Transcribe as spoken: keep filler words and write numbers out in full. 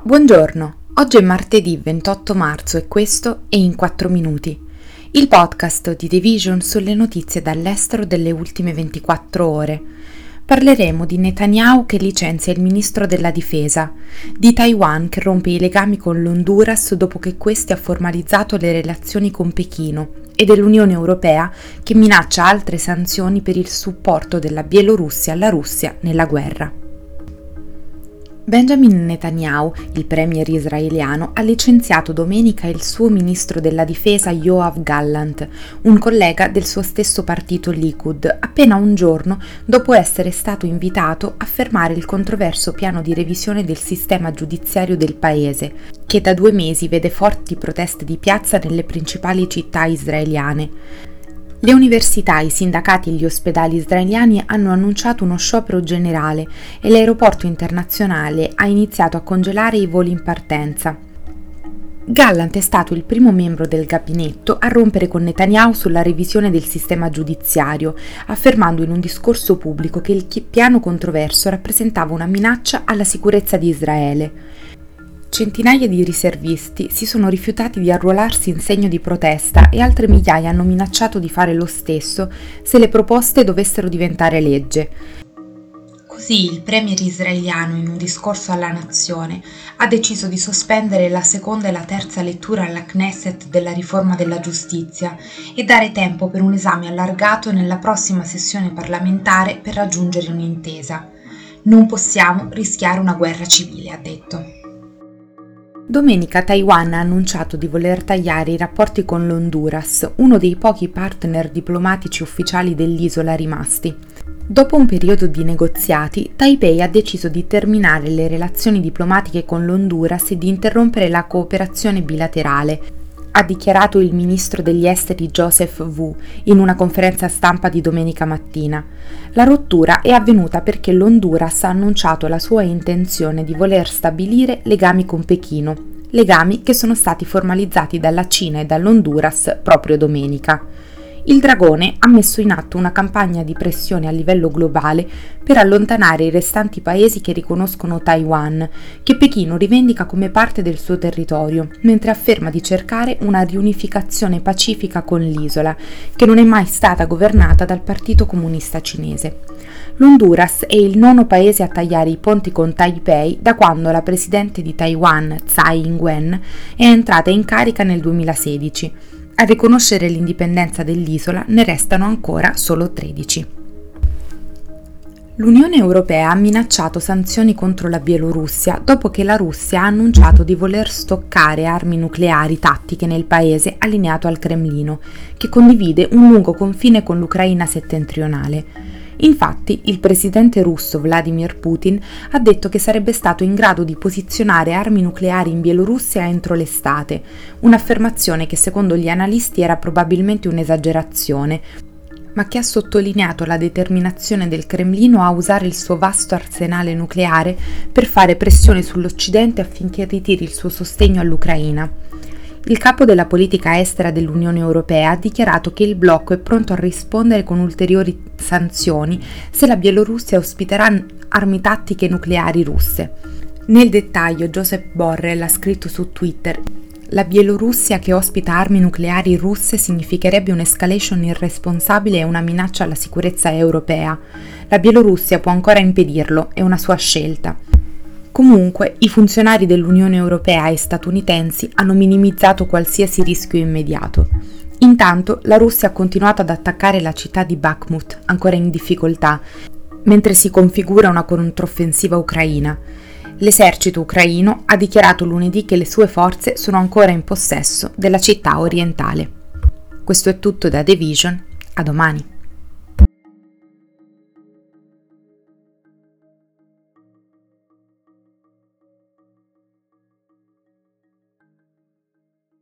Buongiorno, oggi è martedì ventotto marzo e questo è In quattro minuti, il podcast di The Vision sulle notizie dall'estero delle ultime ventiquattro ore. Parleremo di Netanyahu che licenzia il ministro della difesa, di Taiwan che rompe i legami con l'Honduras dopo che questi ha formalizzato le relazioni con Pechino e dell'Unione Europea che minaccia altre sanzioni per il supporto della Bielorussia alla Russia nella guerra. Benjamin Netanyahu, il premier israeliano, ha licenziato domenica il suo ministro della difesa Yoav Gallant, un collega del suo stesso partito Likud, appena un giorno dopo essere stato invitato a fermare il controverso piano di revisione del sistema giudiziario del paese, che da due mesi vede forti proteste di piazza nelle principali città israeliane. Le università, i sindacati e gli ospedali israeliani hanno annunciato uno sciopero generale e l'aeroporto internazionale ha iniziato a congelare i voli in partenza. Gallant è stato il primo membro del gabinetto a rompere con Netanyahu sulla revisione del sistema giudiziario, affermando in un discorso pubblico che il piano controverso rappresentava una minaccia alla sicurezza di Israele. Centinaia di riservisti si sono rifiutati di arruolarsi in segno di protesta e altre migliaia hanno minacciato di fare lo stesso se le proposte dovessero diventare legge. Così il premier israeliano, in un discorso alla nazione, ha deciso di sospendere la seconda e la terza lettura alla Knesset della riforma della giustizia e dare tempo per un esame allargato nella prossima sessione parlamentare per raggiungere un'intesa. Non possiamo rischiare una guerra civile, ha detto. Domenica Taiwan ha annunciato di voler tagliare i rapporti con l'Honduras, uno dei pochi partner diplomatici ufficiali dell'isola rimasti. Dopo un periodo di negoziati, Taipei ha deciso di terminare le relazioni diplomatiche con l'Honduras e di interrompere la cooperazione bilaterale, ha dichiarato il ministro degli esteri Joseph Wu in una conferenza stampa di domenica mattina. La rottura è avvenuta perché l'Honduras ha annunciato la sua intenzione di voler stabilire legami con Pechino, legami che sono stati formalizzati dalla Cina e dall'Honduras proprio domenica. Il Dragone ha messo in atto una campagna di pressione a livello globale per allontanare i restanti paesi che riconoscono Taiwan, che Pechino rivendica come parte del suo territorio, mentre afferma di cercare una riunificazione pacifica con l'isola, che non è mai stata governata dal Partito Comunista Cinese. L'Honduras è il nono paese a tagliare i ponti con Taipei da quando la presidente di Taiwan, Tsai Ing-wen, è entrata in carica nel duemilasedici. A riconoscere l'indipendenza dell'isola ne restano ancora solo tredici. L'Unione Europea ha minacciato sanzioni contro la Bielorussia dopo che la Russia ha annunciato di voler stoccare armi nucleari tattiche nel paese allineato al Cremlino, che condivide un lungo confine con l'Ucraina settentrionale. Infatti, il presidente russo Vladimir Putin ha detto che sarebbe stato in grado di posizionare armi nucleari in Bielorussia entro l'estate, un'affermazione che secondo gli analisti era probabilmente un'esagerazione, ma che ha sottolineato la determinazione del Cremlino a usare il suo vasto arsenale nucleare per fare pressione sull'Occidente affinché ritiri il suo sostegno all'Ucraina. Il capo della politica estera dell'Unione Europea ha dichiarato che il blocco è pronto a rispondere con ulteriori sanzioni se la Bielorussia ospiterà armi tattiche nucleari russe. Nel dettaglio, Josep Borrell ha scritto su Twitter: «La Bielorussia che ospita armi nucleari russe significherebbe un'escalation irresponsabile e una minaccia alla sicurezza europea. La Bielorussia può ancora impedirlo, è una sua scelta». Comunque, i funzionari dell'Unione Europea e statunitensi hanno minimizzato qualsiasi rischio immediato. Intanto, la Russia ha continuato ad attaccare la città di Bakhmut, ancora in difficoltà, mentre si configura una controffensiva ucraina. L'esercito ucraino ha dichiarato lunedì che le sue forze sono ancora in possesso della città orientale. Questo è tutto da The Vision, a domani.